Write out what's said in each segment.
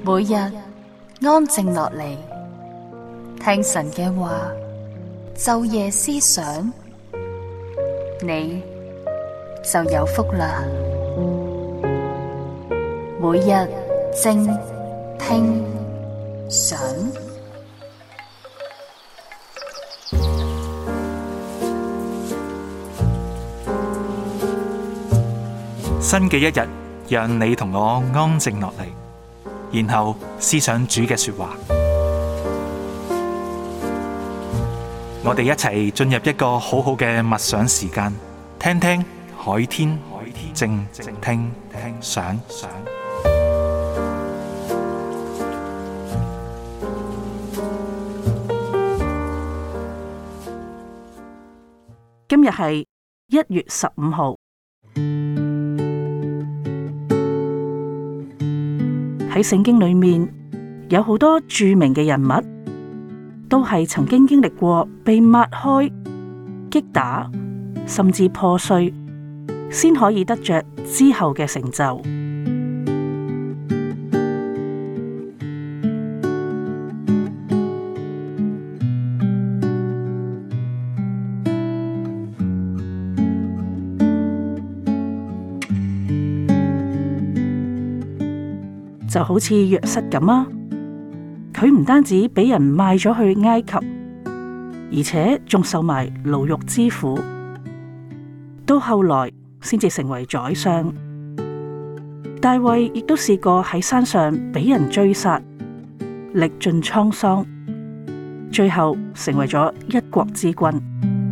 每日安靜落嚟，聽神嘅話，晝夜思想，你就有福啦。每日靜聽想， 新嘅一日，讓你同我安靜落嚟，然後思想主嘅說話。我哋一齊進入一個好好嘅默想時間，聽聽海天，靜聽想。 今日係1月15號。喺聖經裏面有好多著名嘅人物，都係曾經經歷過被抹開、擊打，甚至破碎，先可以得着之後嘅成就。就好似約瑟咁啊，佢唔單止俾人賣咗去埃及，而且仲受埋牢獄之苦，到後來先至成為宰相。大衛亦都試過喺山上俾人追殺，歷盡滄桑，最後成為咗一國之君。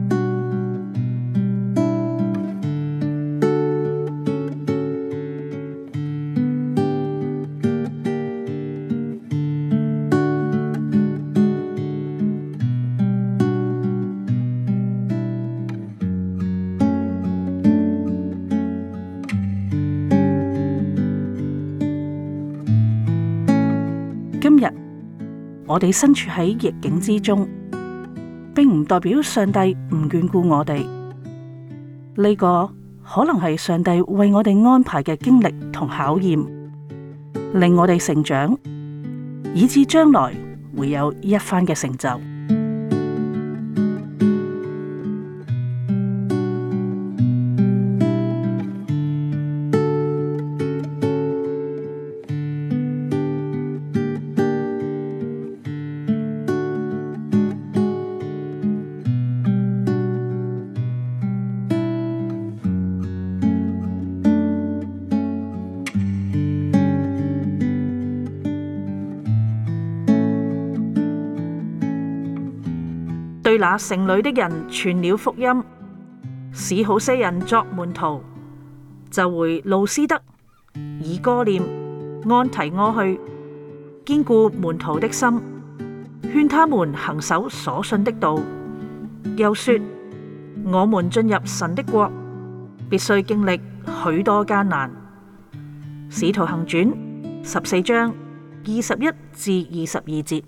今日我哋身處喺逆境之中，並唔代表上帝唔眷顧我哋。呢個可能係上帝為我哋安排嘅經歷同考驗，令我哋成長，以致將來會有一番嘅成就。對那城裏的人傳了福音，使好些人作門徒，就回路斯德、以哥念、安提阿去，堅固門徒的心，勸他們行守所信的道。又說：我們進入神的國，必須經歷許多艱難。使徒行傳14章21至22節。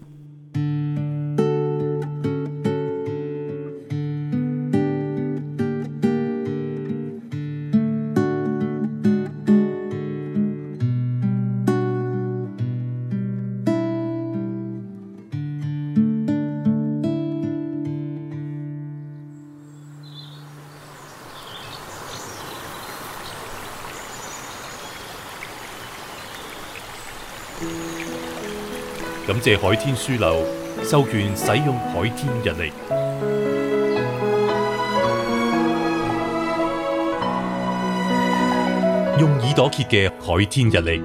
感謝海天書樓授權使用海天日曆，用耳朵揭嘅海天日曆，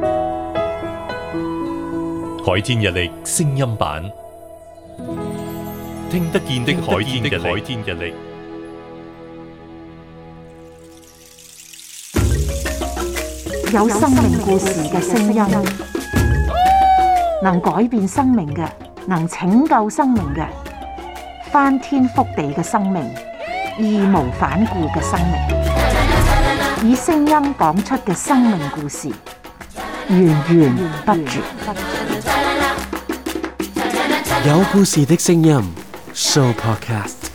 海天日曆聲音版，聽得見的海天日曆。 有生命故事嘅聲音，能改變生命嘅，能拯救生命嘅，翻天覆地嘅生命，義無反顧嘅生命，以聲音講出嘅生命故事，源源不絕。 有故事的聲音 Show Podcast。